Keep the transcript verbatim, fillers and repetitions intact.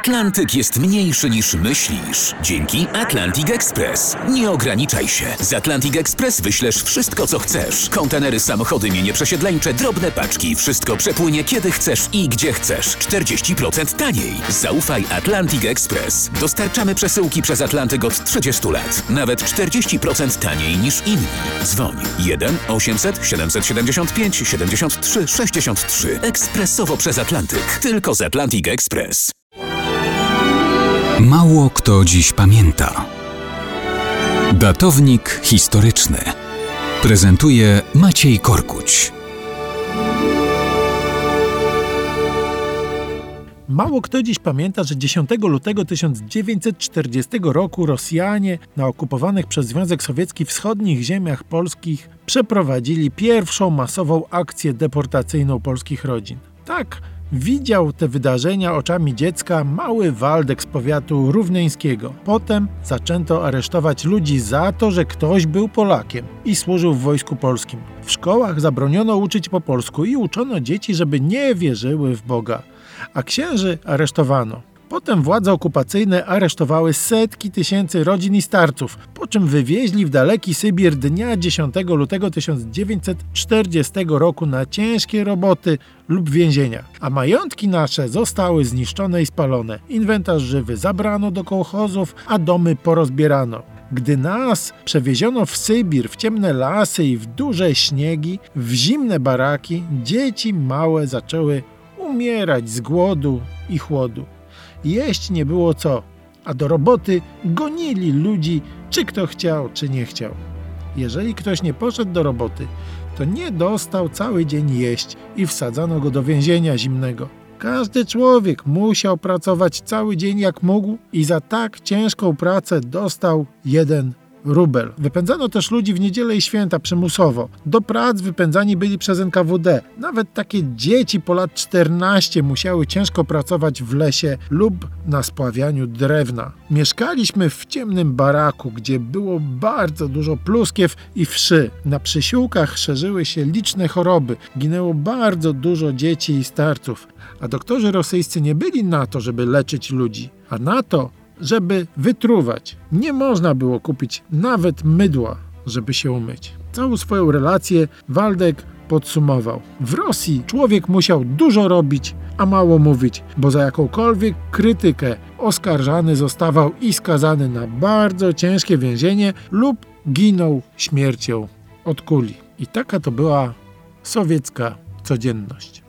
Atlantyk jest mniejszy niż myślisz. Dzięki Atlantic Express. Nie ograniczaj się. Z Atlantic Express wyślesz wszystko, co chcesz. Kontenery, samochody, mienie przesiedleńcze, drobne paczki. Wszystko przepłynie kiedy chcesz i gdzie chcesz. czterdzieści procent taniej. Zaufaj Atlantic Express. Dostarczamy przesyłki przez Atlantyk od trzydziestu lat. Nawet czterdzieści procent taniej niż inni. Dzwoń jeden osiemset siedemset siedemdziesiąt pięć siedemdziesiąt trzy sześćdziesiąt trzy. Ekspresowo przez Atlantyk. Tylko z Atlantic Express. Mało kto dziś pamięta. Datownik historyczny prezentuje Maciej Korkuć. Mało kto dziś pamięta, że dziesiątego lutego tysiąc dziewięćset czterdziestego roku Rosjanie na okupowanych przez Związek Sowiecki wschodnich ziemiach polskich przeprowadzili pierwszą masową akcję deportacyjną polskich rodzin. Tak widział te wydarzenia oczami dziecka mały Waldek z powiatu równeńskiego. Potem zaczęto aresztować ludzi za to, że ktoś był Polakiem i służył w Wojsku Polskim. W szkołach zabroniono uczyć po polsku i uczono dzieci, żeby nie wierzyły w Boga. A księży aresztowano. Potem władze okupacyjne aresztowały setki tysięcy rodzin i starców, po czym wywieźli w daleki Sybir dnia dziesiątego lutego tysiąc dziewięćset czterdziestego roku na ciężkie roboty lub więzienia. A majątki nasze zostały zniszczone i spalone. Inwentarz żywy zabrano do kołchozów, a domy porozbierano. Gdy nas przewieziono w Sybir, w ciemne lasy i w duże śniegi, w zimne baraki, dzieci małe zaczęły umierać z głodu i chłodu. Jeść nie było co, a do roboty gonili ludzi, czy kto chciał, czy nie chciał. Jeżeli ktoś nie poszedł do roboty, to nie dostał cały dzień jeść i wsadzano go do więzienia zimnego. Każdy człowiek musiał pracować cały dzień jak mógł i za tak ciężką pracę dostał jeden rubel. Wypędzano też ludzi w niedzielę i święta przymusowo. Do prac wypędzani byli przez N K W D. Nawet takie dzieci po lat czternaście musiały ciężko pracować w lesie lub na spławianiu drewna. Mieszkaliśmy w ciemnym baraku, gdzie było bardzo dużo pluskiew i wszy. Na przysiłkach szerzyły się liczne choroby. Ginęło bardzo dużo dzieci i starców. A doktorzy rosyjscy nie byli na to, żeby leczyć ludzi, a na to, żeby wytruwać. Nie można było kupić nawet mydła, żeby się umyć. Całą swoją relację Waldek podsumował. W Rosji człowiek musiał dużo robić, a mało mówić, bo za jakąkolwiek krytykę oskarżany zostawał i skazany na bardzo ciężkie więzienie lub ginął śmiercią od kuli. I taka to była sowiecka codzienność.